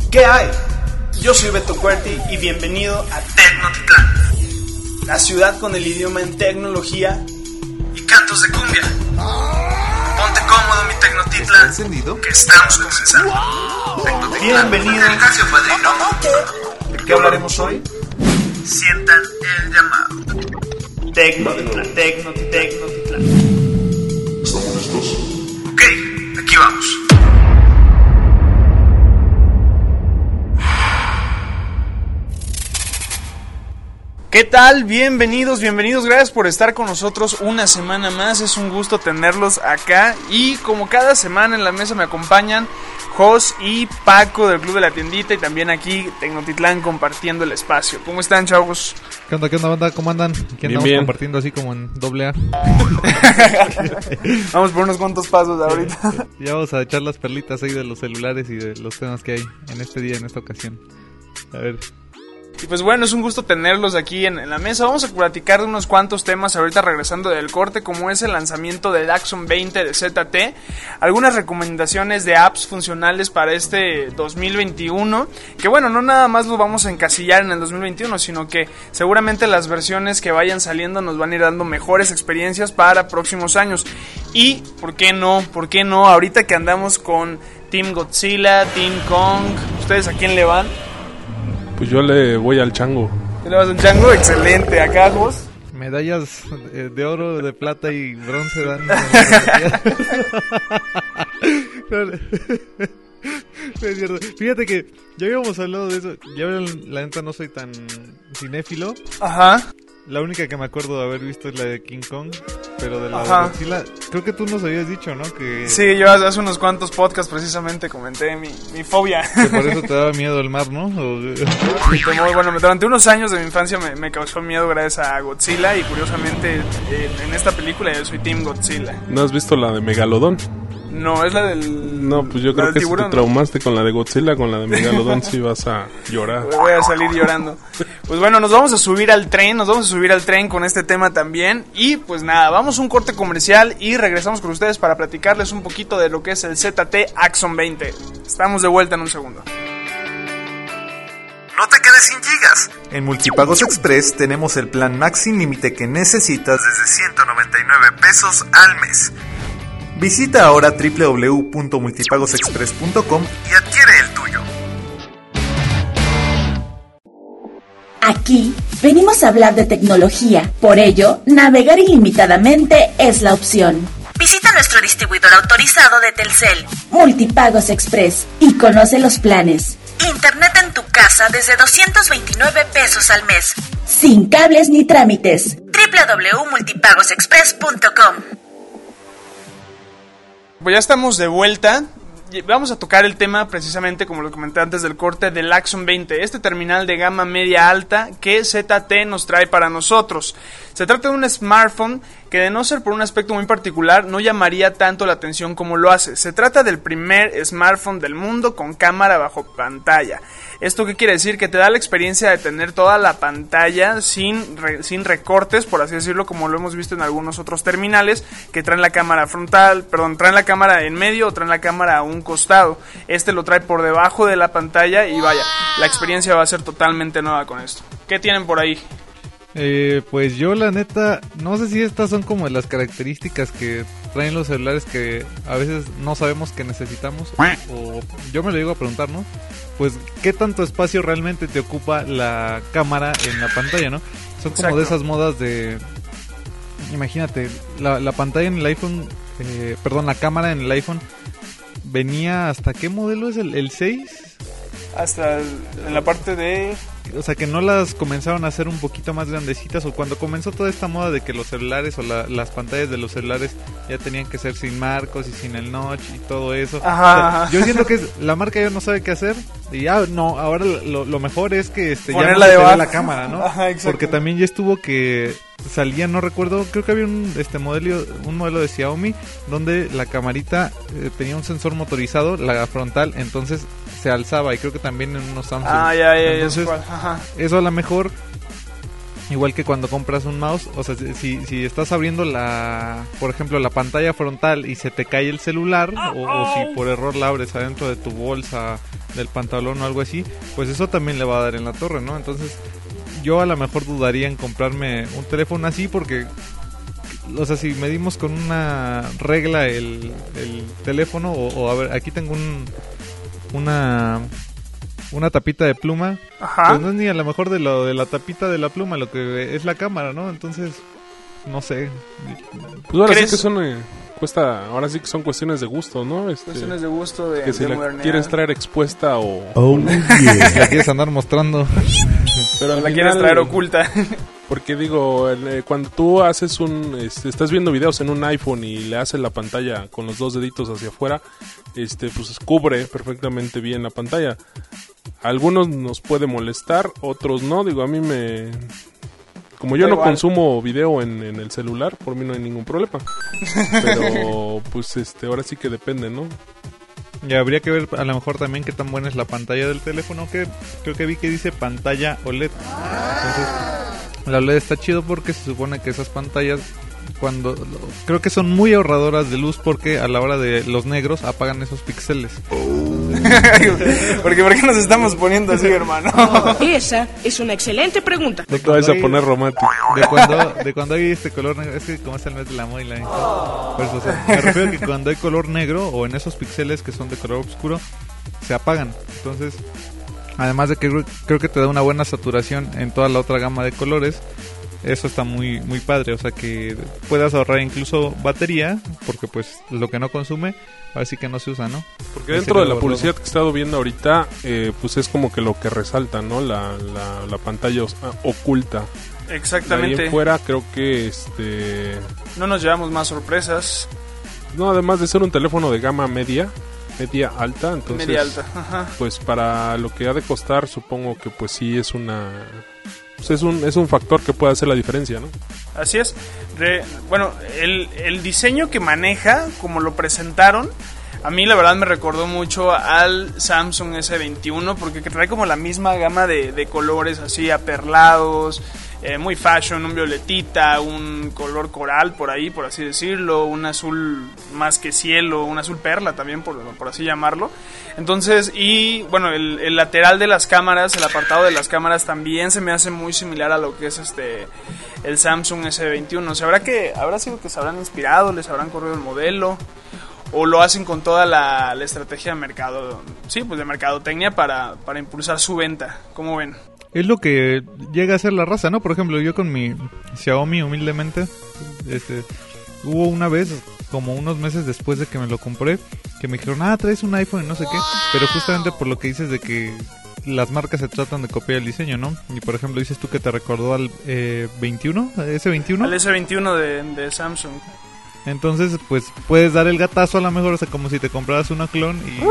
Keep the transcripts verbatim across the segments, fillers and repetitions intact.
¿Qué hay? Yo soy Beto Cuerti y bienvenido a Tecnotitlán, la ciudad con el idioma en tecnología y cantos de cumbia. Ponte cómodo, mi Tecnotitlán, encendido? Que estamos comenzando. Wow. Bienvenido. ¿De qué hablaremos hoy? Sientan el llamado. Tecnotitlán, Tecnotitlán, Tecnotitlán. ¿Estamos listos? Ok, aquí vamos. ¿Qué tal? Bienvenidos, bienvenidos, gracias por estar con nosotros una semana más, es un gusto tenerlos acá y como cada semana en la mesa me acompañan Jos y Paco del Club de la Tiendita y también aquí Tecnotitlán compartiendo el espacio. ¿Cómo están, chavos? ¿Qué onda, qué onda, banda? ¿Cómo andan? Aquí bien, andamos bien. compartiendo así como en doble A. Vamos por unos cuantos pasos ahorita. Ya vamos a echar las perlitas ahí de los celulares y de los temas que hay en este día, en esta ocasión. A ver... Y pues bueno, es un gusto tenerlos aquí en, en la mesa. Vamos a platicar de unos cuantos temas ahorita regresando del corte, como es el lanzamiento del Axon veinte de Z T, algunas recomendaciones de apps funcionales para este dos mil veintiuno, que bueno, no nada más lo vamos a encasillar en el dos mil veintiuno, sino que seguramente las versiones que vayan saliendo nos van a ir dando mejores experiencias para próximos años. Y, ¿por qué no? ¿Por qué no? Ahorita que andamos con Team Godzilla, Team Kong, ¿ustedes a quién le van? Pues yo le voy al chango. ¿Te le vas a un chango? Excelente. ¿Acá, vos? Medallas eh, de oro, de plata y bronce dan. Es cierto. Fíjate que ya habíamos hablado de eso. Ya la neta no soy tan cinéfilo. Ajá. La única que me acuerdo de haber visto es la de King Kong, pero de la Ajá. de Godzilla, creo que tú nos habías dicho, ¿no? Que sí, yo hace unos cuantos podcasts precisamente comenté mi, mi fobia. Que por eso te daba miedo el mar, ¿no? O... Mi temor, bueno, durante unos años de mi infancia me, me causó miedo gracias a Godzilla y curiosamente en, en esta película yo soy Team Godzilla. ¿No has visto la de Megalodón? No, es la del... No, pues yo creo que tiburón, si te traumaste, ¿no?, con la de Godzilla, con la de Megalodón sí vas a llorar. Voy a salir llorando. Pues bueno, nos vamos a subir al tren, nos vamos a subir al tren con este tema también. Y pues nada, vamos a un corte comercial y regresamos con ustedes para platicarles un poquito de lo que es el Z T Axon veinte. Estamos de vuelta en un segundo. No te quedes sin gigas. En Multipagos Express tenemos el plan Max sin límite que necesitas desde ciento noventa y nueve pesos al mes. Visita ahora doble u doble u doble u punto multipagos express punto com y adquiere el tuyo. Aquí venimos a hablar de tecnología, por ello, navegar ilimitadamente es la opción. Visita nuestro distribuidor autorizado de Telcel, Multipagos Express, y conoce los planes. Internet en tu casa desde doscientos veintinueve pesos al mes. Sin cables ni trámites. doble u doble u doble u punto multipagos express punto com. Pues ya estamos de vuelta. Vamos a tocar el tema precisamente, como lo comenté antes del corte, del Axon veinte, este terminal de gama media alta que Z T nos trae para nosotros. Se trata de un smartphone que, de no ser por un aspecto muy particular, no llamaría tanto la atención como lo hace. Se trata del primer smartphone del mundo con cámara bajo pantalla. ¿Esto qué quiere decir? Que te da la experiencia de tener toda la pantalla sin, re, sin recortes, por así decirlo, como lo hemos visto en algunos otros terminales que traen la cámara frontal, perdón, traen la cámara en medio o traen la cámara a un costado. Este lo trae por debajo de la pantalla y vaya, la experiencia va a ser totalmente nueva con esto. ¿Qué tienen por ahí? Eh, pues yo la neta, no sé si estas son como las características que traen los celulares que a veces no sabemos que necesitamos, o yo me lo digo a preguntar, ¿no? Pues, ¿qué tanto espacio realmente te ocupa la cámara en la pantalla, no? Son como Exacto. de esas modas de... Imagínate, la, la pantalla en el iPhone, eh, perdón, la cámara en el iPhone venía hasta ¿qué modelo es? ¿El, el seis? Hasta el, en la parte de... O sea, que no las comenzaron a hacer un poquito más grandecitas, o cuando comenzó toda esta moda de que los celulares o la, las pantallas de los celulares ya tenían que ser sin marcos y sin el notch y todo eso. Ajá, o sea, ajá. Yo siento que es, la marca ya no sabe qué hacer y ya no, ahora lo, lo mejor es que este, ya no se ve la cámara, ¿no? Ajá, exacto. Porque también ya estuvo que salía, no recuerdo, creo que había un este modelo, un modelo de Xiaomi donde la camarita eh, tenía un sensor motorizado, la frontal, entonces se alzaba, y creo que también en unos Samsung. Ah, ya, ya, entonces, ya, Ajá. eso a lo mejor, igual que cuando compras un mouse, o sea, si, si estás abriendo la, por ejemplo, la pantalla frontal y se te cae el celular, o, o si por error la abres adentro de tu bolsa del pantalón o algo así, pues eso también le va a dar en la torre, ¿no? Entonces yo a lo mejor dudaría en comprarme un teléfono así porque, o sea, si medimos con una regla el, el teléfono, o, o a ver, aquí tengo un una una tapita de pluma, Ajá. pues no es ni a lo mejor de lo de la tapita de la pluma lo que es la cámara, ¿no? Entonces, no sé. Pues ahora sí ¿Crees? que son... Eh, cuesta, ahora sí que son cuestiones de gusto, ¿no? Este, Cuestiones de gusto, de, que si de la modernidad. quieres traer expuesta o... La quieres andar mostrando. Pero al La final- quieres traer oculta. Porque digo, el, eh, cuando tú haces un... Este, estás viendo videos en un iPhone y le haces la pantalla con los dos deditos hacia afuera, este, pues cubre perfectamente bien la pantalla. A algunos nos puede molestar, otros no. Digo, a mí me... Como yo Da no igual. consumo video en, en el celular, por mí no hay ningún problema. Pero, pues, este, ahora sí que depende, ¿no? Y habría que ver a lo mejor también qué tan buena es la pantalla del teléfono, que creo que vi que dice pantalla O L E D. Entonces, la O L E D está chido porque se supone que esas pantallas, cuando creo que son muy ahorradoras de luz, porque a la hora de los negros apagan esos píxeles. Porque ¿por qué nos estamos poniendo así, hermano? Esa es una excelente pregunta. No te vayas a poner romántico. De cuando, de cuando hay este color negro, es que como es el mes del amor y la amistad. Por eso, o sea, me refiero a que cuando hay color negro o en esos píxeles que son de color oscuro, se apagan. Entonces, además de que creo, creo que te da una buena saturación en toda la otra gama de colores, eso está muy muy padre, o sea que puedas ahorrar incluso batería, porque pues lo que no consume, así que no se usa, ¿no? Porque Ese dentro de la color publicidad rojo. que he estado viendo ahorita, eh, pues es como que lo que resalta, ¿no? La, la, la pantalla os- ah, oculta. De ahí Exactamente. en fuera creo que este... No nos llevamos más sorpresas. No, además de ser un teléfono de gama media, media alta, entonces... Media alta. Ajá. Pues para lo que ha de costar, supongo que pues sí es una... Pues es un, es un factor que puede hacer la diferencia, ¿no? Así es. Re- bueno, el, el diseño que maneja, como lo presentaron, a mí la verdad me recordó mucho al Samsung ese veintiuno, porque que trae como la misma gama de, de colores así aperlados, eh, muy fashion, un violetita, un color coral por ahí, por así decirlo, un azul más que cielo, un azul perla también, por, por así llamarlo. Entonces, y bueno, el, el lateral de las cámaras, el apartado de las cámaras también se me hace muy similar a lo que es este el Samsung ese veintiuno. O sea, habrá que habrá sido que se habrán inspirado, les habrán corrido el modelo, o lo hacen con toda la, la estrategia de mercado, sí, pues de mercadotecnia para, para impulsar su venta. ¿Cómo ven? Es lo que llega a ser la raza, ¿no? Por ejemplo, yo con mi Xiaomi, humildemente, este, hubo una vez, como unos meses después de que me lo compré, que me dijeron, ah, traes un iPhone y no sé qué, pero justamente por lo que dices de que las marcas se tratan de copiar el diseño, ¿no? Y por ejemplo, dices tú que te recordó al eh, veintiuno, ese veintiuno. Al ese veintiuno de, de Samsung. Entonces, pues puedes dar el gatazo a lo mejor, o sea, como si te compraras una clon y...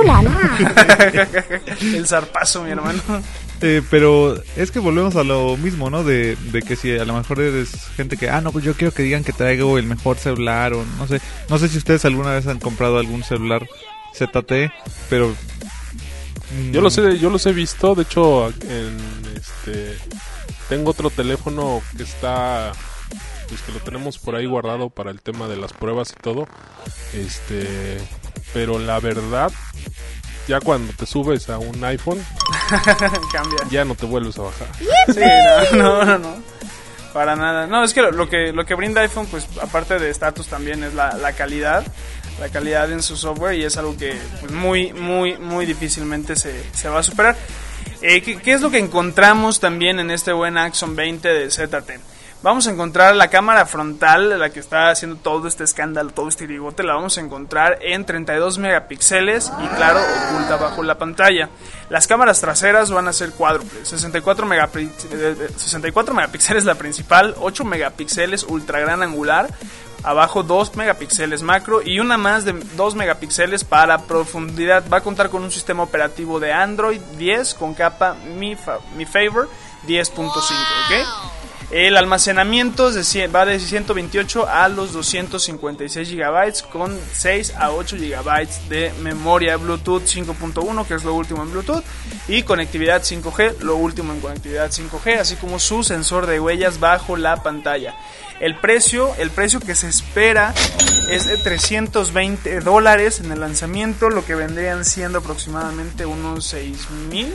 El zarpazo, mi hermano. Eh, pero es que volvemos a lo mismo, ¿no? De, de que si a lo mejor eres gente que, ah, no, pues yo quiero que digan que traigo el mejor celular, o no sé. No sé si ustedes alguna vez han comprado algún celular Z T, pero... mm, Yo los he, yo los he visto, de hecho, en este... Tengo otro teléfono que está... Pues que lo tenemos por ahí guardado para el tema de las pruebas y todo. Este... Pero la verdad... Ya cuando te subes a un iPhone, Cambia. ya no te vuelves a bajar. Sí, no, no, no, no. Para nada. No, es que lo, lo que lo que brinda iPhone, pues aparte de estatus también es la, la calidad. La calidad en su software, y es algo que pues, muy, muy, muy difícilmente se, se va a superar. Eh, ¿qué, ¿Qué es lo que encontramos también en este buen Axon veinte de Z T? Vamos a encontrar la cámara frontal, la que está haciendo todo este escándalo, todo este bigote, la vamos a encontrar en treinta y dos megapíxeles y claro, oculta bajo la pantalla. Las cámaras traseras van a ser cuádruples, sesenta y cuatro megapíxeles la principal, ocho megapíxeles ultra gran angular, abajo dos megapíxeles macro y una más de dos megapíxeles para profundidad. Va a contar con un sistema operativo de Android diez con capa Mi, Fa- Mi Favor diez punto cinco, ¿ok? El almacenamiento de cien, va de ciento veintiocho a los doscientos cincuenta y seis gigabytes con seis a ocho gigabytes de memoria, Bluetooth cinco punto uno, que es lo último en Bluetooth, y conectividad cinco G, lo último en conectividad cinco G, así como su sensor de huellas bajo la pantalla. El precio, el precio que se espera es de trescientos veinte dólares en el lanzamiento, lo que vendrían siendo aproximadamente unos seis mil.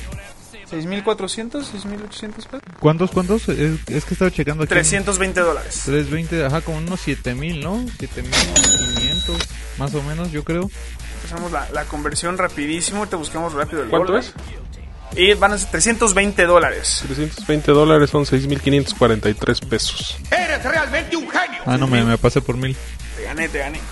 ¿seis mil cuatrocientos? ¿seis mil ochocientos pesos? ¿Cuántos, cuántos? Es, es que estaba checando aquí. trescientos veinte dólares. trescientos veinte, ajá, como unos siete mil, ¿no? siete mil quinientos, más o menos, yo creo. Hacemos la, la conversión rapidísimo, te buscamos rápido el ¿Cuánto dólar. es? Y van a ser trescientos veinte dólares. trescientos veinte dólares son seis mil quinientos cuarenta y tres pesos. ¡Eres realmente un genio! Ah, no, me, me pasé por mil. Te gané, te gané.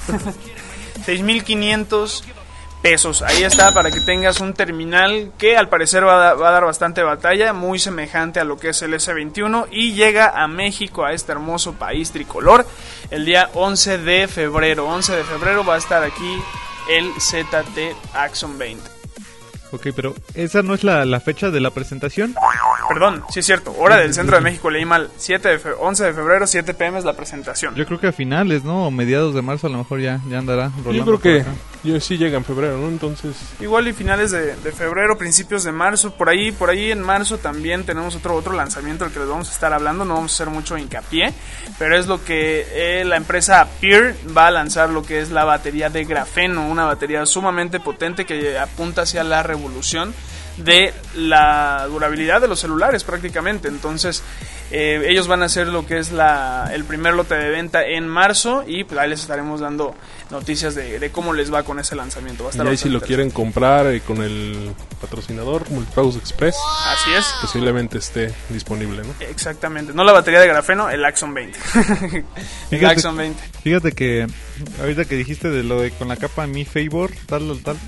seis mil quinientos pesos. Ahí está, para que tengas un terminal que al parecer va a, da, va a dar bastante batalla, muy semejante a lo que es el ese veintiuno, y llega a México, a este hermoso país tricolor, el día once de febrero. once de febrero va a estar aquí el Z T Axon veinte. Ok, pero ¿esa no es la, la fecha de la presentación? Perdón, sí es cierto, hora del centro de México, leí mal. siete de fe- once de febrero, siete pe eme es la presentación. Yo creo que a finales, ¿no? O mediados de marzo a lo mejor ya, ya andará rolando. Yo creo por que acá. yo sí llega en febrero, ¿no? Entonces, Igual y finales de, de febrero, principios de marzo, por ahí, por ahí en marzo también tenemos otro otro lanzamiento del que les vamos a estar hablando, no vamos a hacer mucho hincapié, pero es lo que eh, la empresa Peer va a lanzar, lo que es la batería de grafeno, una batería sumamente potente que apunta hacia la revolución de la durabilidad de los celulares prácticamente. Entonces eh, ellos van a hacer lo que es la el primer lote de venta en marzo, y pues ahí les estaremos dando noticias de, de cómo les va con ese lanzamiento. Va a y estar ahí si lo bastante quieren comprar eh, con el patrocinador Multipagos Express, Así es. posiblemente esté disponible, ¿no? Exactamente, no la batería de grafeno, el Axon veinte. el Fíjate- Axon veinte. Fíjate que ahorita que dijiste de lo de con la capa Mi Favor, tal, tal, tal.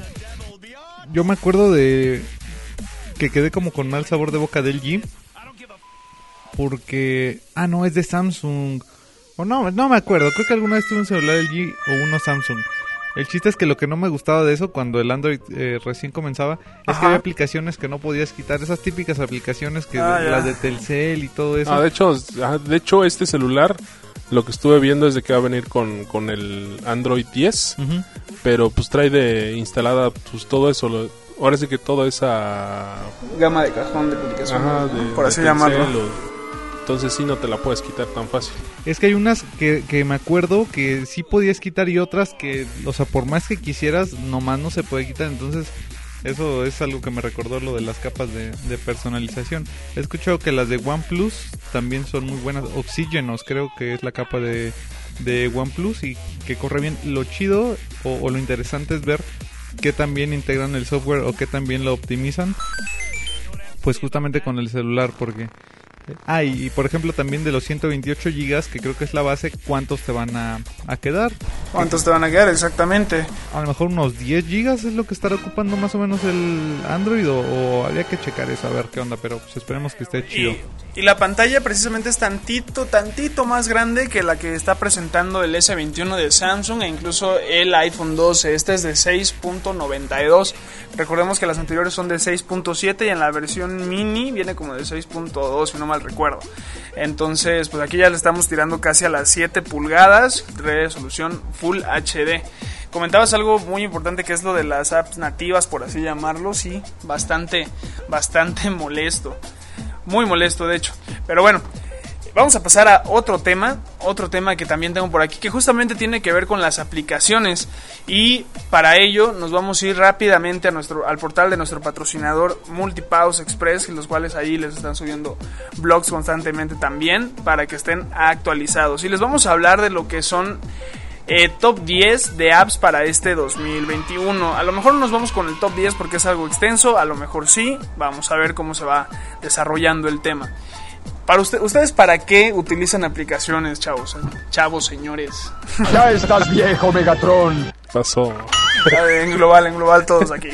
Yo me acuerdo de que quedé como con mal sabor de boca del G. Porque... Ah, no, es de Samsung. O no, no me acuerdo. Creo que alguna vez tuve un celular L G o uno Samsung. El chiste es que lo que no me gustaba de eso cuando el Android eh, recién comenzaba es Ajá. que había aplicaciones que no podías quitar. Esas típicas aplicaciones que Ah, de- ya. las de Telcel y todo eso. Ah, de hecho, ah, de hecho este celular lo que estuve viendo es de que va a venir con, con el Android diez, Ujú. pero pues trae de instalada pues todo eso, lo- ahora sí que toda esa Gama de cajón de publicación, ajá, de, por de así Telcel, llamarlo. o- entonces sí no te la puedes quitar tan fácil. Es que hay unas que, que me acuerdo que sí podías quitar y otras que, o sea, por más que quisieras, nomás no se puede quitar. Entonces, eso es algo que me recordó lo de las capas de, de personalización. He escuchado que las de OnePlus también son muy buenas. Oxygenos creo que es la capa de, de OnePlus y que corre bien. Lo chido o, o lo interesante es ver qué tan bien integran el software o qué tan bien lo optimizan. Pues justamente con el celular, porque... Ah, y, y por ejemplo también de los ciento veintiocho gigas, que creo que es la base, ¿cuántos te van a, a quedar? ¿Cuántos te van a quedar exactamente? A lo mejor unos diez gigas es lo que estará ocupando más o menos el Android, o, o habría que checar eso, a ver qué onda, pero pues esperemos que esté chido. Y, y la pantalla precisamente es tantito, tantito más grande que la que está presentando el ese veintiuno de Samsung e incluso el iPhone doce. Este es de seis punto noventa y dos. Recordemos que las anteriores son de seis punto siete y en la versión mini viene como de seis punto dos, si no mal recuerdo. Entonces, pues aquí ya le estamos tirando casi a las siete pulgadas, resolución Full H D. Comentabas algo muy importante que es lo de las apps nativas, por así llamarlo. Sí, bastante, bastante molesto. Muy molesto, de hecho. Pero bueno, vamos a pasar a otro tema. Otro tema que también tengo por aquí, que justamente tiene que ver con las aplicaciones. Y para ello nos vamos a ir rápidamente a nuestro, al portal de nuestro patrocinador Multipagos Express, los cuales ahí les están subiendo blogs constantemente también, para que estén actualizados. Y les vamos a hablar de lo que son... Eh, top diez de apps para este dos mil veintiuno. A lo mejor no nos vamos con el top diez porque es algo extenso, a lo mejor sí. Vamos a ver cómo se va desarrollando el tema. Para usted, ¿ustedes para qué utilizan aplicaciones, chavos? Chavos, señores. Ya estás viejo, Megatron. Pasó. En global, en global todos aquí.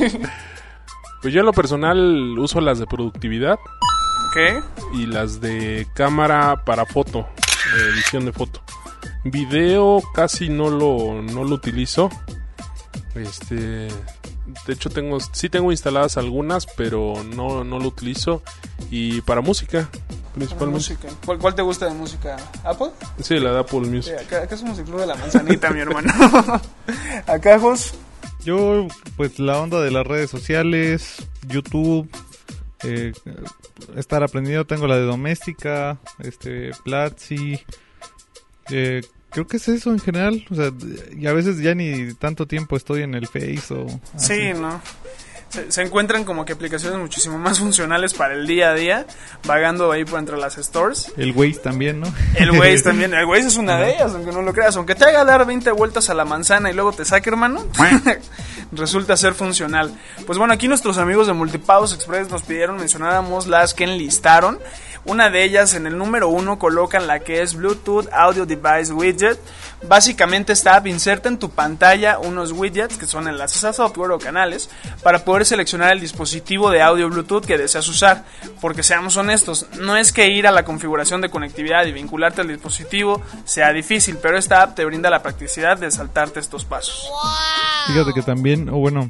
Pues yo en lo personal uso las de productividad ¿Qué? y las de cámara para foto, de edición de foto. Video casi no lo, no lo utilizo. Este, de hecho tengo, sí tengo instaladas algunas, pero no, no lo utilizo. Y para música, principalmente. Música. ¿Cuál, ¿Cuál te gusta de música? ¿Apple? Sí, la de Apple Music. Sí, acá, acá somos el club de la manzanita, mi hermano. Acá, Jos. Yo, pues la onda de las redes sociales, YouTube, eh, estar aprendiendo, tengo la de Doméstica, este, Platzi, eh, creo que es eso en general, o sea, y a veces ya ni tanto tiempo estoy en el Face o... Sí, así. ¿no? Se, se encuentran como que aplicaciones muchísimo más funcionales para el día a día, vagando ahí por entre las stores. El Waze también, ¿no? El Waze también, el Waze es una de ellas, aunque no lo creas. Aunque te haga dar veinte vueltas a la manzana y luego te saque, hermano, resulta ser funcional. Pues bueno, aquí nuestros amigos de Multipagos Express nos pidieron mencionáramos las que enlistaron. Una de ellas, en el número uno, colocan la que es Bluetooth Audio Device Widget. Básicamente esta app inserta en tu pantalla unos widgets, que son enlaces a software o canales, para poder seleccionar el dispositivo de audio Bluetooth que deseas usar. Porque seamos honestos, no es que ir a la configuración de conectividad y vincularte al dispositivo sea difícil, pero esta app te brinda la practicidad de saltarte estos pasos. Fíjate que también, o bueno,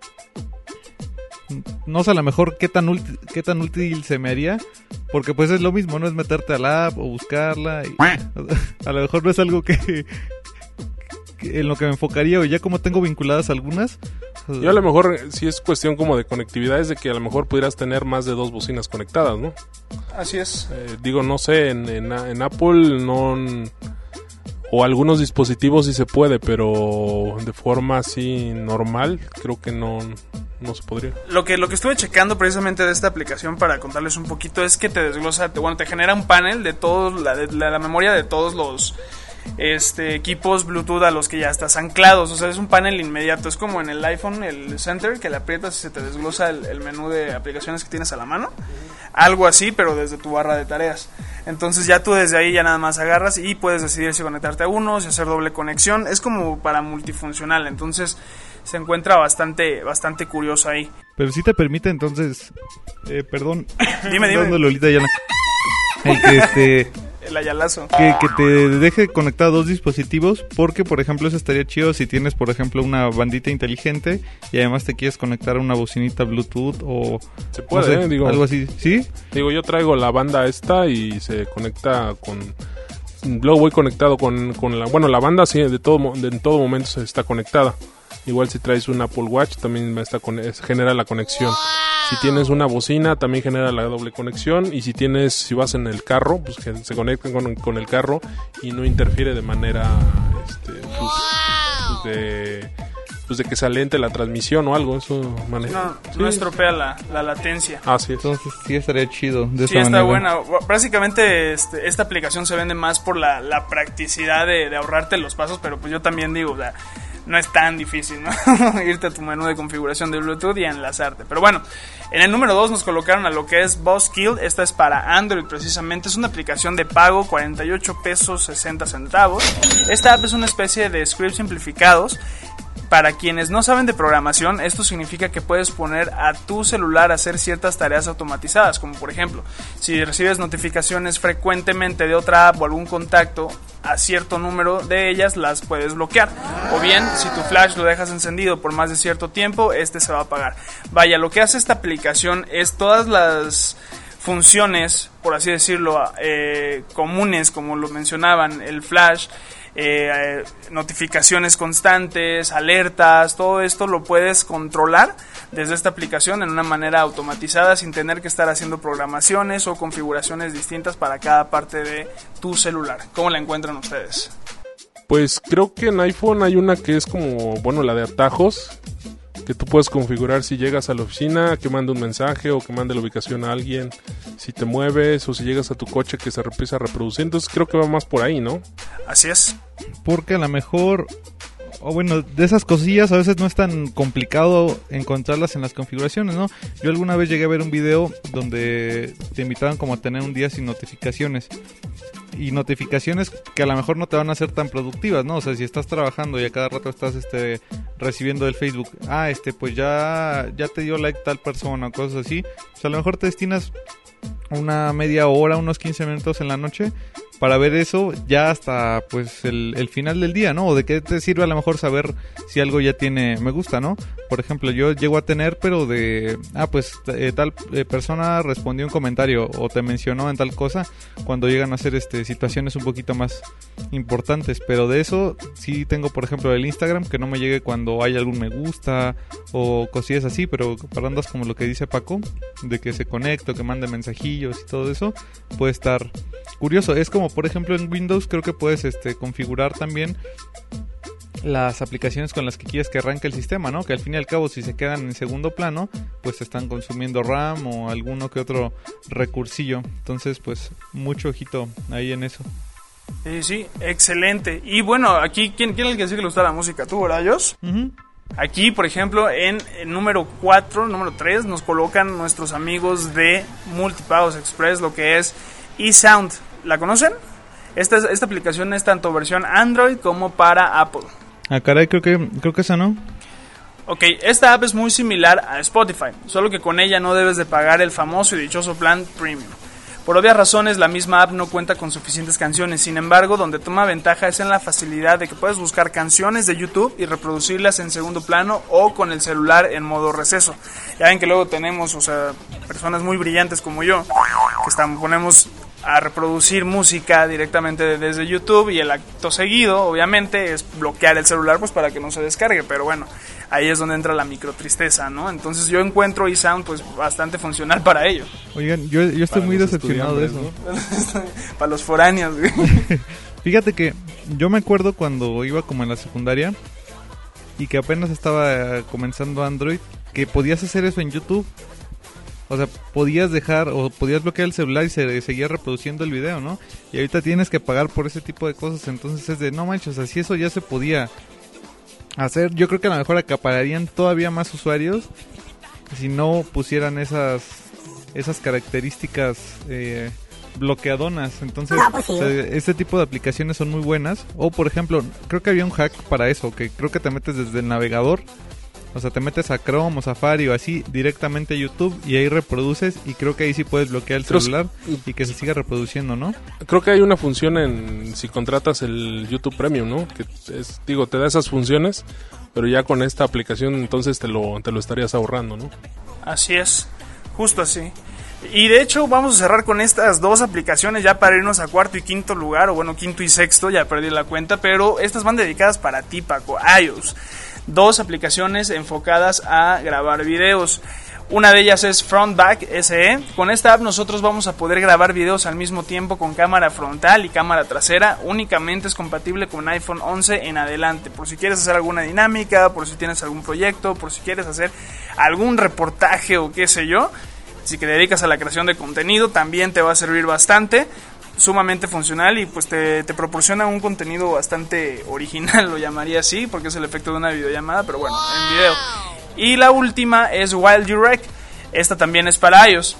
no sé a lo mejor qué tan útil, qué tan útil se me haría, porque pues es lo mismo, no es meterte a la app o buscarla y a lo mejor no es algo que, que en lo que me enfocaría, o ya como tengo vinculadas algunas. Yo a lo mejor si es cuestión como de conectividad, es de que a lo mejor pudieras tener más de dos bocinas conectadas, ¿no? Así es. Eh, digo, no sé, en, en, en Apple no... O algunos dispositivos sí se puede, pero de forma así normal, creo que no, no se podría. Lo que, lo que estuve checando precisamente de esta aplicación para contarles un poquito es que te desglosa, te, bueno, te genera un panel de todos, la, de, la, la memoria de todos los este equipos Bluetooth a los que ya estás anclados. O sea, es un panel inmediato, es como en el iPhone, el Center, que le aprietas y se te desglosa el, el menú de aplicaciones que tienes a la mano. Algo así, pero desde tu barra de tareas. Entonces ya tú desde ahí ya nada más agarras y puedes decidir si conectarte a uno, si hacer doble conexión. Es como para multifuncional, entonces se encuentra bastante bastante curioso ahí. Pero sí te permite entonces, eh, perdón, dime, dime. Lolita Ayala, el que este... El ayalazo. Que, que te deje conectar dos dispositivos, porque por ejemplo eso estaría chido si tienes por ejemplo una bandita inteligente y además te quieres conectar a una bocinita Bluetooth o se puede, no sé, ¿eh? Digo, algo así, ¿sí? Digo, yo traigo la banda esta y se conecta con... Luego voy conectado con, con la... Bueno, la banda sí, de todo, de, en todo momento se está conectada. Igual si traes un Apple Watch también está con, es, genera la conexión. Wow. Si tienes una bocina también genera la doble conexión. Y si tienes, si vas en el carro, pues que se conecten con, con el carro y no interfiere de manera este, pues, wow. pues de, pues de que se alente la transmisión o algo. Eso maneja. No, sí. no estropea la, la latencia. Ah, sí. Entonces sí estaría chido de sí, esa está manera. buena. Básicamente este, esta aplicación se vende más por la, la practicidad de, de ahorrarte los pasos, pero pues yo también digo, o sea, no es tan difícil, ¿no? Irte a tu menú de configuración de Bluetooth y enlazarte. Pero bueno, en el número dos nos colocaron a lo que es Buzzkill. Esta es para Android precisamente. Es una aplicación de pago, cuarenta y ocho pesos sesenta centavos. Esta app es una especie de scripts simplificados. Para quienes no saben de programación, esto significa que puedes poner a tu celular a hacer ciertas tareas automatizadas, como por ejemplo, si recibes notificaciones frecuentemente de otra app o algún contacto, a cierto número de ellas las puedes bloquear. O bien, si tu flash lo dejas encendido por más de cierto tiempo, este se va a apagar. Vaya, lo que hace esta aplicación es todas las funciones, por así decirlo, eh, comunes, como lo mencionaban, el flash, Eh, eh, notificaciones constantes, alertas, todo esto lo puedes controlar desde esta aplicación en una manera automatizada sin tener que estar haciendo programaciones o configuraciones distintas para cada parte de tu celular. ¿Cómo la encuentran ustedes? Pues creo que en iPhone hay una que es como, bueno, la de atajos, que tú puedes configurar si llegas a la oficina, que mande un mensaje o que mande la ubicación a alguien, si te mueves o si llegas a tu coche que se empieza a reproducir. Entonces creo que va más por ahí, ¿no? Así es. Porque a lo mejor, o bueno, de esas cosillas a veces no es tan complicado encontrarlas en las configuraciones, ¿no? Yo alguna vez llegué a ver un video donde te invitaban como a tener un día sin notificaciones. Y notificaciones que a lo mejor no te van a ser tan productivas, ¿no? O sea, si estás trabajando y a cada rato estás este recibiendo del Facebook, ah, este, pues ya, ya te dio like tal persona, cosas así, pues a lo mejor te destinas una media hora, unos quince minutos en la noche para ver eso ya hasta pues el, el final del día, ¿no? O de qué te sirve a lo mejor saber si algo ya tiene me gusta, ¿no? Por ejemplo, yo llego a tener, pero de, ah, pues eh, tal eh, persona respondió un comentario o te mencionó en tal cosa, cuando llegan a ser este situaciones un poquito más importantes, pero de eso sí tengo, por ejemplo, el Instagram, que no me llegue cuando hay algún me gusta o cosillas así, pero para andas como lo que dice Paco, de que se conecte, que mande mensajillos y todo eso, puede estar curioso. Es como, por ejemplo, en Windows creo que puedes este configurar también las aplicaciones con las que quieres que arranque el sistema, ¿no? Que al fin y al cabo, si se quedan en segundo plano, pues están consumiendo RAM o alguno que otro recursillo. Entonces, pues, mucho ojito ahí en eso. Sí, sí, excelente. Y bueno, aquí, ¿quién, quién es el que sí que le gusta la música? ¿Tú, Horayos? Uh-huh. Aquí, por ejemplo, en el número cuatro, número tres, nos colocan nuestros amigos de Multipagos Express, lo que es eSound. ¿La conocen? Esta, esta aplicación es tanto versión Android como para Apple. Ah, caray, creo que, creo que esa no. Ok, esta app es muy similar a Spotify, solo que con ella no debes de pagar el famoso y dichoso plan Premium. Por obvias razones, la misma app no cuenta con suficientes canciones. Sin embargo, donde toma ventaja es en la facilidad de que puedes buscar canciones de YouTube y reproducirlas en segundo plano o con el celular en modo receso. Ya ven que luego tenemos, o sea, personas muy brillantes como yo, que estamos, ponemos a reproducir música directamente desde YouTube, y el acto seguido, obviamente, es bloquear el celular pues para que no se descargue. Pero bueno, ahí es donde entra la micro tristeza, ¿no? Entonces yo encuentro eSound pues bastante funcional para ello. Oigan, yo, yo estoy para muy decepcionado de eso, ¿no? Para los foráneos, güey. Fíjate que yo me acuerdo cuando iba como en la secundaria y que apenas estaba comenzando Android, que podías hacer eso en YouTube. O sea, podías dejar o podías bloquear el celular y se seguía reproduciendo el video, ¿no? Y ahorita tienes que pagar por ese tipo de cosas. Entonces es de, no manches, o sea, si eso ya se podía hacer, yo creo que a lo mejor acapararían todavía más usuarios si no pusieran esas esas características eh, bloqueadonas. Entonces, no, pues sí. O sea, este tipo de aplicaciones son muy buenas. O, por ejemplo, creo que había un hack para eso, que creo que te metes desde el navegador. O sea, te metes a Chrome o Safari o así directamente a YouTube y ahí reproduces, y creo que ahí sí puedes bloquear el celular y que se siga reproduciendo, ¿no? Creo que hay una función en si contratas el YouTube Premium, ¿no? Que es, digo, te da esas funciones, pero ya con esta aplicación entonces te lo te lo estarías ahorrando, ¿no? Así es, justo así. Y de hecho vamos a cerrar con estas dos aplicaciones ya para irnos a cuarto y quinto lugar, o bueno, quinto y sexto, ya perdí la cuenta, pero estas van dedicadas para ti, Paco, iOS. Dos aplicaciones enfocadas a grabar videos. Una de ellas es Frontback S E. Con esta app nosotros vamos a poder grabar videos al mismo tiempo con cámara frontal y cámara trasera. Únicamente es compatible con iPhone once en adelante. Por si quieres hacer alguna dinámica, por si tienes algún proyecto, por si quieres hacer algún reportaje o qué sé yo. Si te dedicas a la creación de contenido, también te va a servir bastante. Sumamente funcional y pues te, te proporciona un contenido bastante original, lo llamaría así, porque es el efecto de una videollamada, pero bueno, en video. Y la última es While You Rec. Esta también es para iOS.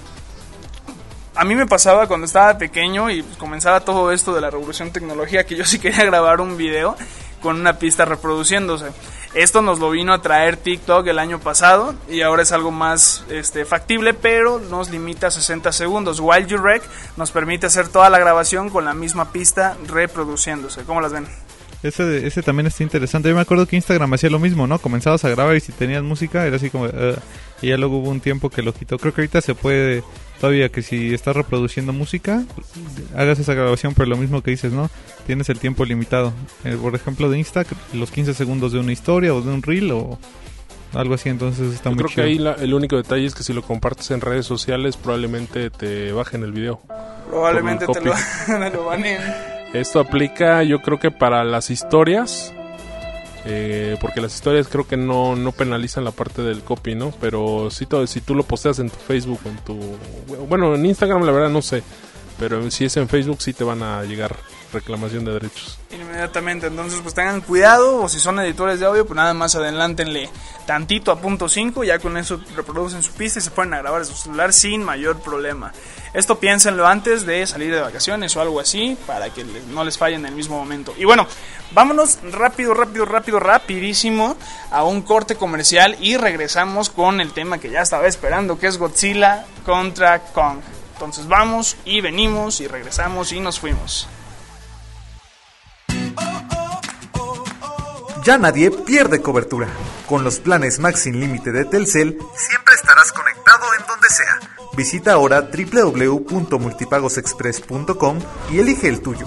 A mí me pasaba cuando estaba pequeño y pues comenzaba todo esto de la revolución tecnológica, que yo sí quería grabar un video con una pista reproduciéndose. Esto nos lo vino a traer TikTok el año pasado y ahora es algo más este, factible, pero nos limita a sesenta segundos. While You Rec nos permite hacer toda la grabación con la misma pista reproduciéndose. ¿Cómo las ven? Ese, ese también está interesante. Yo me acuerdo que Instagram hacía lo mismo, ¿no? Comenzabas a grabar y si tenías música era así como... Uh, y ya luego hubo un tiempo que lo quitó. Creo que ahorita se puede todavía que si estás reproduciendo música, hagas esa grabación, pero lo mismo que dices, ¿no? Tienes el tiempo limitado. Eh, por ejemplo, de Insta, los quince segundos de una historia o de un reel o algo así, entonces está Yo muy creo chido. que ahí la, el único detalle es que si lo compartes en redes sociales probablemente te bajen el video. Probablemente te lo, te lo baneen. Esto aplica yo creo que para las historias, eh, porque las historias creo que no, no penalizan la parte del copy, ¿no? Pero si, todo, si tú lo posteas en tu Facebook o en tu... Bueno, en Instagram la verdad no sé, pero si es en Facebook sí te van a llegar reclamación de derechos. Inmediatamente, entonces pues tengan cuidado, o si son editores de audio pues nada más adelántenle tantito a punto cinco, ya con eso reproducen su pista y se ponen a grabar en su celular sin mayor problema. Esto piénsenlo antes de salir de vacaciones o algo así, para que no les falle en el mismo momento. Y bueno, vámonos rápido, rápido, rápido, rapidísimo a un corte comercial y regresamos con el tema que ya estaba esperando, que es Godzilla contra Kong. Entonces vamos y venimos y regresamos y nos fuimos. ya nadie pierde cobertura. Con los planes Max sin límite de Telcel, siempre estarás conectado en donde sea. Visita ahora doble u doble u doble u punto multipagos express punto com y elige el tuyo.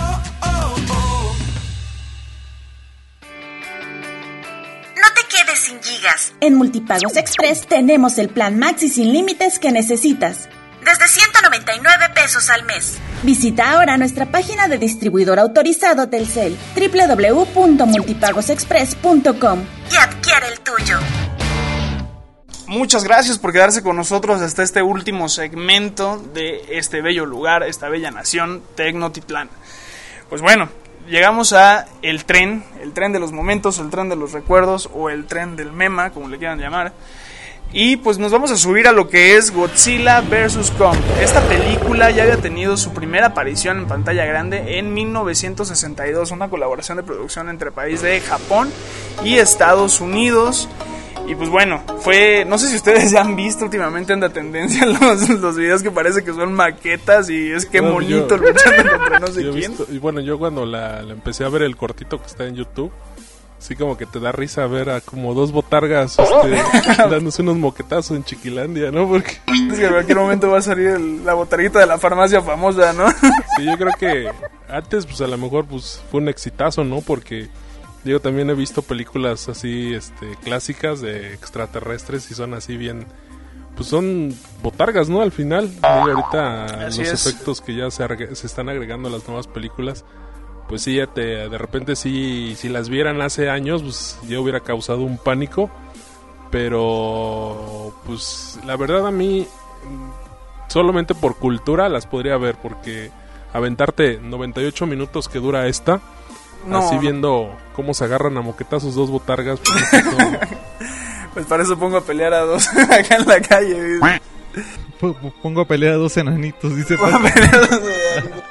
No te quedes sin gigas. En Multipagos Express tenemos el plan Maxi sin límites que necesitas. Desde ciento noventa y nueve pesos al mes. Visita ahora nuestra página de distribuidor autorizado Telcel, doble u doble u doble u punto multipagos express punto com, y adquiere el tuyo. Muchas gracias por quedarse con nosotros hasta este último segmento de este bello lugar, esta bella nación, Tecnotitlán. Pues bueno, llegamos a el tren, el tren de los momentos, el tren de los recuerdos o el tren del mema, como le quieran llamar. Y pues nos vamos a subir a lo que es Godzilla versus. Kong. Esta película ya había tenido su primera aparición en pantalla grande en mil novecientos sesenta y dos, una colaboración de producción entre países de Japón y Estados Unidos. Y pues bueno, fue, no sé si ustedes ya han visto últimamente en la tendencia los, los videos que parece que son maquetas y es que no, monito yo, luchando contra no sé quién. Visto, y bueno, yo cuando la, la empecé a ver el cortito que está en YouTube, sí como que te da risa ver a como dos botargas este, dándose unos moquetazos en Chiquilandia, ¿no? Porque es que en cualquier momento va a salir el, la botarguita de la farmacia famosa, ¿no? Sí, yo creo que antes pues a lo mejor pues fue un exitazo, ¿no? Porque yo también he visto películas así este clásicas de extraterrestres y son así bien, pues son botargas, ¿no? Al final, y ahorita así los es. efectos que ya se, argue, se están agregando a las nuevas películas, pues sí, ya te, de repente sí, si las vieran hace años, pues ya hubiera causado un pánico, pero pues la verdad a mí solamente por cultura las podría ver, porque aventarte noventa y ocho minutos que dura esta, no. Así viendo cómo se agarran a moquetazos dos botargas, pues, no. Pues para eso pongo a pelear a dos acá en la calle. Pongo a pelear a dos enanitos, dice. Pongo a pelear a dos enanitos.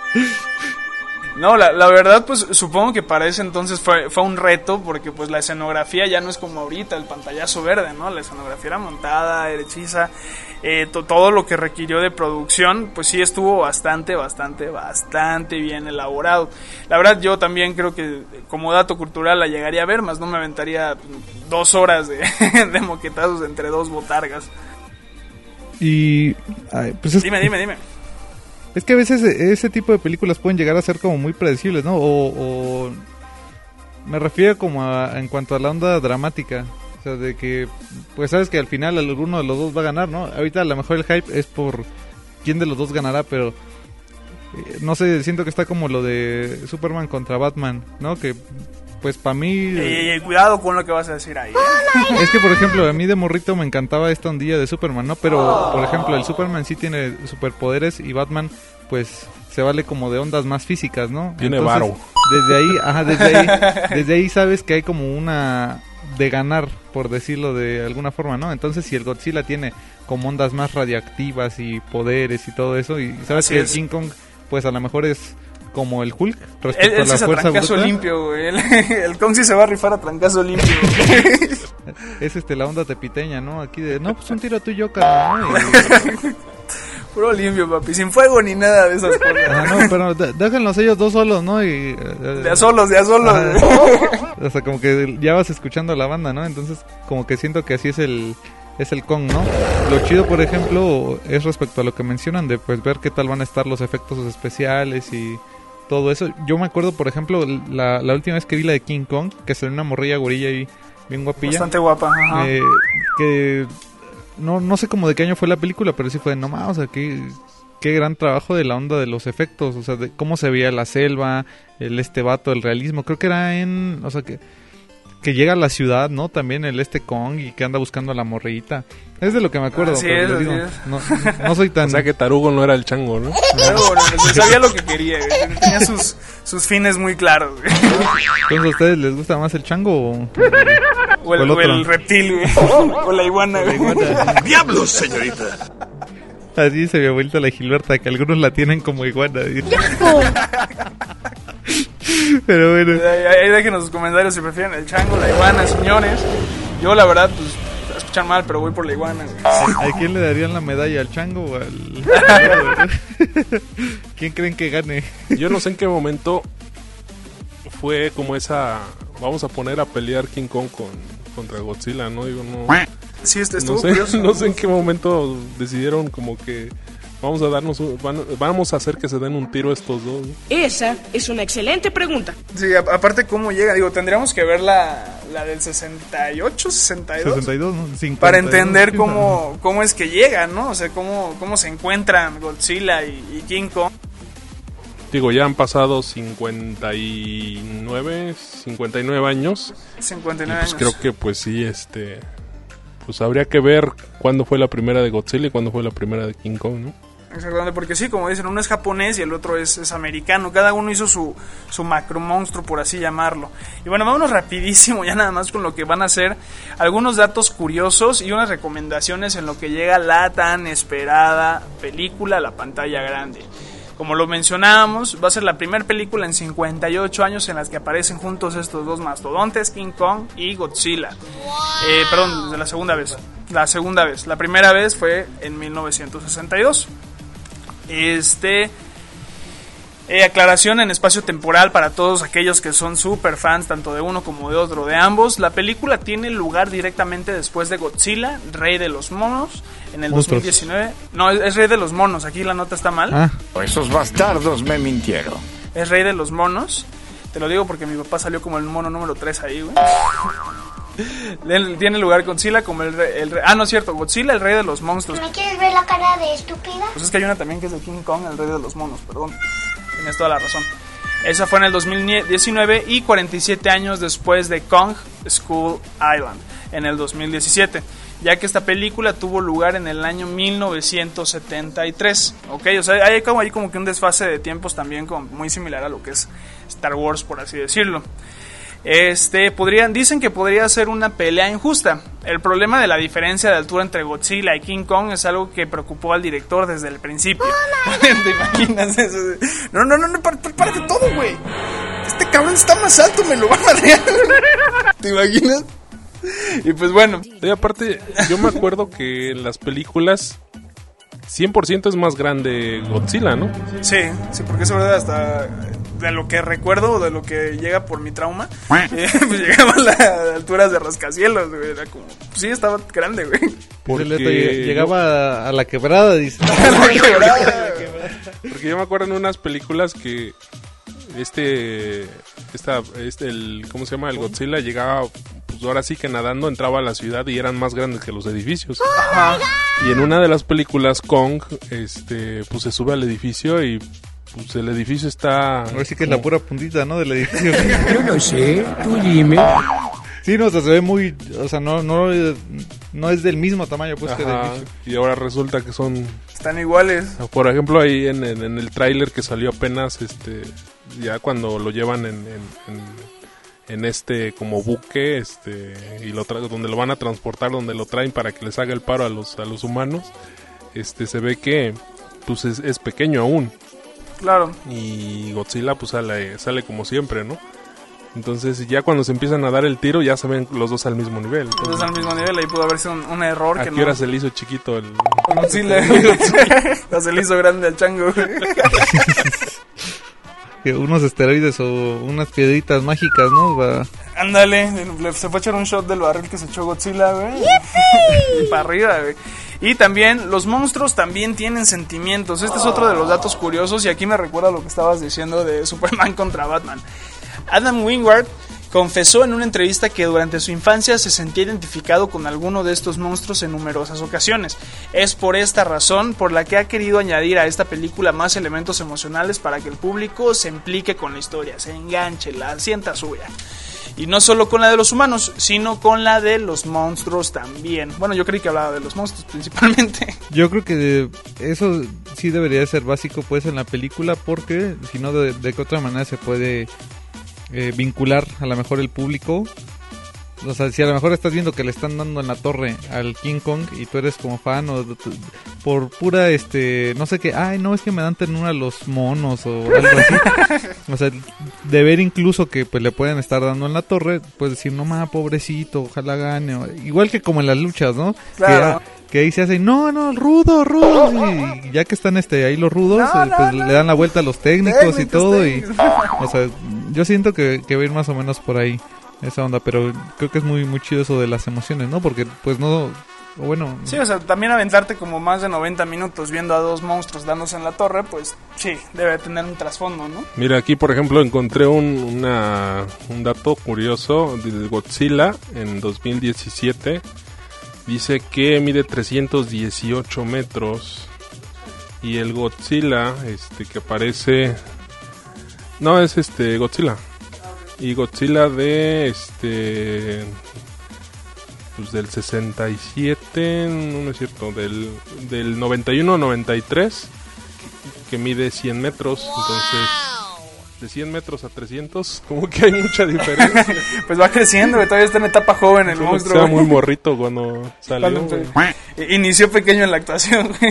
No, la, la verdad, pues supongo que para ese entonces fue, fue un reto, porque pues la escenografía ya no es como ahorita, el pantallazo verde, ¿no? La escenografía era montada, era hechiza, eh, to, todo lo que requirió de producción, pues sí estuvo bastante, bastante, bastante bien elaborado. La verdad, yo también creo que como dato cultural la llegaría a ver, más no me aventaría dos horas de, de moquetazos entre dos botargas. Y... Ay, pues es... Dime, dime, dime. Es que a veces ese tipo de películas pueden llegar a ser como muy predecibles, ¿no? O, o me refiero como a, en cuanto a la onda dramática. O sea, de que, pues sabes que al final alguno de los dos va a ganar, ¿no? Ahorita a lo mejor el hype es por quién de los dos ganará, pero eh, no sé, siento que está como lo de Superman contra Batman, ¿no? Que pues para mí... Ey, ey, cuidado con lo que vas a decir ahí. ¿eh? Es que, por ejemplo, a mí de morrito me encantaba esta ondilla de Superman, ¿no? Pero, por ejemplo, el Superman sí tiene superpoderes y Batman, pues, se vale como de ondas más físicas, ¿no? Tiene varo. Desde ahí, ajá, desde ahí, desde ahí sabes que hay como una de ganar, por decirlo de alguna forma, ¿no? Entonces, si el Godzilla tiene como ondas más radiactivas y poderes y todo eso, y sabes Así que es. el King Kong, pues, a lo mejor es... como el Hulk respecto él, él a la se fuerza trancazo bruta. limpio, güey. El, el Kong sí se va a rifar a trancazo limpio. Es este la onda tepiteña, ¿no? Aquí de, no, pues un tiro tú y yo, carnal, ¿no? Y... Puro limpio, papi, sin fuego ni nada de esas cosas. Ah, no, pero d- déjenlos ellos dos solos, ¿no? Y, uh, de a solos, de a solos. Ah, o sea, como que ya vas escuchando la banda, ¿no? Entonces, como que siento que así es el... es el Kong, ¿no? Lo chido, por ejemplo, es respecto a lo que mencionan de pues ver qué tal van a estar los efectos especiales y todo eso. Yo me acuerdo, por ejemplo, la, la última vez que vi la de King Kong, que salió una morrilla gorilla ahí bien guapilla. Bastante guapa, ajá. Eh, que no, no sé cómo de qué año fue la película, pero sí fue, no más, o sea, qué, qué gran trabajo de la onda de los efectos, o sea, de cómo se veía la selva, el este vato, el realismo. Creo que era en, o sea, que que llega a la ciudad, ¿no? También el este Kong y que anda buscando a la morrillita. Es de lo que me acuerdo. Así pero es, les digo, así es. No, no soy tan... O sea que Tarugo no era el chango, ¿no? Pero bueno, sabía lo que quería, güey. Tenía sus, sus fines muy claros, güey. Entonces, ¿a ustedes les gusta más el chango o, o, el, o el, o el reptil, güey? O la iguana, güey. ¡Diablos, señorita! Así dice mi abuelita la Gilberta, que algunos la tienen como iguana. Pero bueno. Ahí, ahí déjenos sus comentarios si prefieren el chango, la iguana, señores. Yo la verdad, pues, a escuchar mal, pero voy por la iguana, güey. ¿A quién le darían la medalla? ¿Al chango o al...? ¿Quién creen que gane? Yo no sé en qué momento fue como esa vamos a poner a pelear King Kong con, contra Godzilla, ¿no? Digo, no, sí, esto no, sé, no sé en qué momento decidieron como que vamos a darnos, un, van, vamos a hacer que se den un tiro estos dos, ¿no? Esa es una excelente pregunta. Sí, a, aparte cómo llega, digo, tendríamos que ver la, la del sesenta y ocho, sesenta y dos, sesenta y dos, ¿no? cincuenta y dos, para entender cómo, cómo es que llegan, ¿no? O sea, cómo, cómo se encuentran Godzilla y, y King Kong. Digo, ya han pasado cincuenta y nueve, cincuenta y nueve años. cincuenta y y nueve pues años. creo que pues sí, este, pues habría que ver cuándo fue la primera de Godzilla y cuándo fue la primera de King Kong, ¿no? Exactamente, porque sí, como dicen, uno es japonés y el otro es, es americano. Cada uno hizo su, su macro monstruo, por así llamarlo. Y bueno, vámonos rapidísimo ya nada más con lo que van a ser algunos datos curiosos y unas recomendaciones en lo que llega la tan esperada película a la pantalla grande. Como lo mencionábamos, va a ser la primera película en cincuenta y ocho años en las que aparecen juntos estos dos mastodontes, King Kong y Godzilla. Eh, perdón, de la segunda vez. La segunda vez. La primera vez fue en mil novecientos sesenta y dos. Este... Eh, aclaración en espacio temporal para todos aquellos que son super fans tanto de uno como de otro, de ambos. La película tiene lugar directamente después de Godzilla, Rey de los Monos, en el Monstruos. dos mil diecinueve. No, es Rey de los Monos, aquí la nota está mal. Ah, Esos bastardos me mintieron. Es Rey de los Monos. Te lo digo porque mi papá salió como el mono número tres ahí, güey. Tiene lugar Godzilla como el rey, el rey... Ah, no es cierto, Godzilla, el Rey de los Monstruos. ¿Me quieres ver la cara de estúpida? Pues es que hay una también que es de King Kong, el Rey de los Monos, perdón. Tienes toda la razón. Esa fue en el dos mil diecinueve y cuarenta y siete años después de Kong Skull Island, en el dos mil diecisiete, ya que esta película tuvo lugar en el año mil novecientos setenta y tres. Ok, o sea, hay como, hay como que un desfase de tiempos también como muy similar a lo que es Star Wars, por así decirlo. Este, podrían, dicen que podría ser una pelea injusta. El problema de la diferencia de altura entre Godzilla y King Kong es algo que preocupó al director desde el principio. ¿Te imaginas eso? No, no, no, no, párate párate todo, güey. Este cabrón está más alto, me lo va a madrear. ¿Te imaginas? Y pues bueno. Y aparte, yo me acuerdo que en las películas cien por ciento es más grande Godzilla, ¿no? Sí, sí, porque es verdad, hasta de lo que recuerdo, de lo que llega por mi trauma, eh, pues llegaba a las alturas de rascacielos, güey. Era como, sí, estaba grande, güey. porque llegaba a la quebrada, dice. Porque yo me acuerdo en unas películas que este, esta, este, el, ¿cómo se llama? El Godzilla llegaba, pues ahora sí que nadando, entraba a la ciudad y eran más grandes que los edificios. Ajá. Y en una de las películas Kong, este, pues se sube al edificio y pues el edificio está... Ahora sí que es la pura puntita, ¿no? Del edificio. Yo no sé, tú dime. Sí, no, o sea, se ve muy... O sea, no, no, no es del mismo tamaño, pues, que el Ajá, edificio. y ahora resulta que son... Están iguales. Por ejemplo, ahí en, en, en el tráiler que salió apenas, este, ya cuando lo llevan en, en, en, en este como buque, este, y lo tra- donde lo van a transportar, donde lo traen para que les haga el paro a los a los humanos, este, se ve que pues es, es pequeño aún. Claro. Y Godzilla pues sale, sale como siempre, ¿no? Entonces ya cuando se empiezan a dar el tiro ya se ven los dos al mismo nivel. Entonces, Entonces al mismo nivel, ahí pudo haber sido un, un error. ¿A que qué no... hora se le hizo chiquito el... Godzilla? O se le hizo grande al chango. Que unos esteroides o unas piedritas mágicas, ¿no? Va... Ándale, se fue a echar un shot del barril que se echó Godzilla, güey. Y para arriba, güey. Y también, los monstruos también tienen sentimientos. Este es otro de los datos curiosos y aquí me recuerda lo que estabas diciendo de Superman contra Batman. Adam Wingard confesó en una entrevista que durante su infancia se sentía identificado con alguno de estos monstruos en numerosas ocasiones. Es por esta razón por la que ha querido añadir a esta película más elementos emocionales para que el público se implique con la historia, se enganche, la sienta suya. Y no solo con la de los humanos, sino con la de los monstruos también. Bueno, yo creí que hablaba de los monstruos principalmente. Yo creo que de- eso sí debería ser básico pues en la película, porque si no de, de qué otra manera se puede eh, vincular a lo mejor el público. O sea, si a lo mejor estás viendo que le están dando en la torre al King Kong y tú eres como fan o t- por pura, este, no sé qué, ay no, es que me dan ternura los monos o algo así. O sea, de ver incluso que pues le pueden estar dando en la torre, pues decir, no más, pobrecito, ojalá gane. O- igual que como en las luchas, ¿no? Claro. Que, que ahí se hacen, no, no, rudo, rudo. Y ya que están este ahí los rudos, No, eh, no, pues no. le dan la vuelta a los técnicos y Técnicos, todo. Y, técnicos. o sea, yo siento que, que va a ir más o menos por ahí. esa onda, pero creo que es muy muy chido eso de las emociones, ¿no? Porque pues no, bueno... Sí, o sea, también aventarte como más de noventa minutos viendo a dos monstruos dándose en la torre, pues sí, debe tener un trasfondo, ¿no? Mira, aquí por ejemplo encontré un, una, un dato curioso de Godzilla en dos mil diecisiete. Dice que mide trescientos dieciocho metros y el Godzilla este que aparece... No, es este Godzilla. Y Godzilla de este... Pues del sesenta y siete, no, no es cierto, del, del noventa y uno noventa y tres, que mide cien metros, wow. Entonces de cien metros a trescientos, como que hay mucha diferencia. Pues va creciendo, todavía está en etapa joven el Como monstruo. Estaba muy morrito cuando salió. Cuando inició pequeño en la actuación, güey.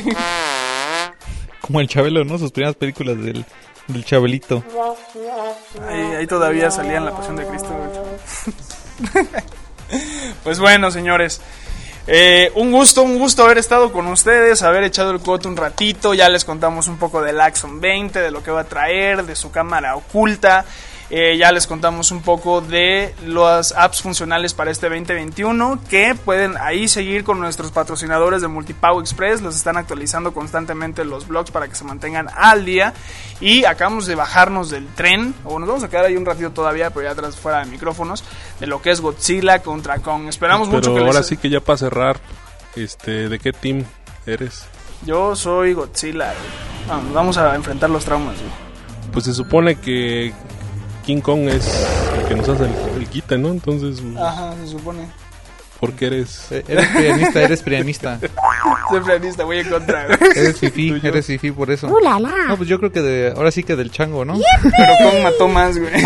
Como el Chabelo, ¿no? Sus primeras películas del, del Chabelito. Ahí, ahí todavía salía en La Pasión de Cristo, güey. Pues bueno, señores, eh, un gusto, un gusto haber estado con ustedes, haber echado el coto un ratito. Ya les contamos un poco del Axon veinte, de lo que va a traer, de su cámara oculta. Eh, ya les contamos un poco de las apps funcionales para este veinte veintiuno, que pueden ahí seguir con nuestros patrocinadores de Multipago Express. Los están actualizando constantemente los blogs para que se mantengan al día. Y acabamos de bajarnos del tren, o nos vamos a quedar ahí un ratito todavía, pero ya atrás fuera de micrófonos, de lo que es Godzilla contra Kong. Esperamos pero mucho que ahora les... sí que ya para cerrar, este, ¿de qué team eres? Yo soy Godzilla, güey. Vamos, vamos a enfrentar los traumas, güey. Pues se supone que King Kong es el que nos hace el, el quite, ¿no? Entonces... Ajá, se supone. ¿Por qué eres? Eh, eres prianista, eres prianista. Soy prianista, voy en contra. Eres fifí, eres fifí por eso. ¡Uh, la, la! No, pues yo creo que de, ahora sí que del chango, ¿no? Pero Kong mató más, güey.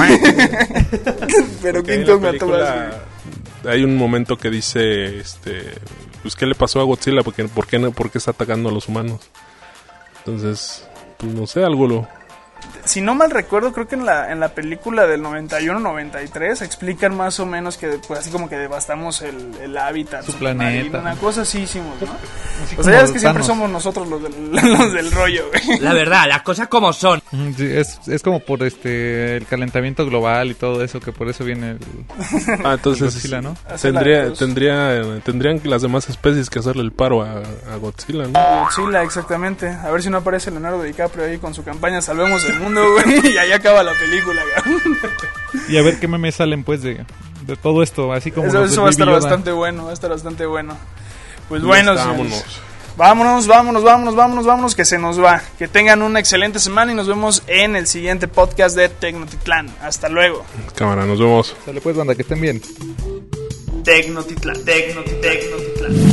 Pero King Kong mató más, güey. Hay un momento que dice, este... Pues, ¿qué le pasó a Godzilla? Porque, ¿por qué, por qué está atacando a los humanos? Entonces, pues no sé, algo lo... Si no mal recuerdo, creo que en la en la película del noventa y uno noventa y tres explican más o menos que pues así como que devastamos el, el hábitat, su planeta, una cosa así hicimos, ¿no? Así o sea, ya es que Thanos. Siempre somos nosotros los del, los del rollo, güey. La verdad, las cosas como son. Sí, es, es como por este el calentamiento global y todo eso, que por eso viene el, ah, entonces el Godzilla, ¿no? Tendría, tendría, tendrían las demás especies que hacerle el paro a, a Godzilla, ¿no? Godzilla, exactamente. A ver si no aparece Leonardo DiCaprio ahí con su campaña Salvemos el Mundo, güey, y ahí acaba la película, güey. Y a ver qué memes salen, pues, de, de todo esto, así como Eso, los eso va a estar Yoda. bastante bueno, va a estar bastante bueno. Pues Ya bueno, está, señores. vámonos. Vámonos, vámonos, vámonos, vámonos, vámonos, que se nos va. Que tengan una excelente semana y nos vemos en el siguiente podcast de Tecnotitlán. Hasta luego. Cámara, nos vemos. Sale pues, banda, que estén bien. Tecnotitlán, Tecnotitlán, Tecnotitlán.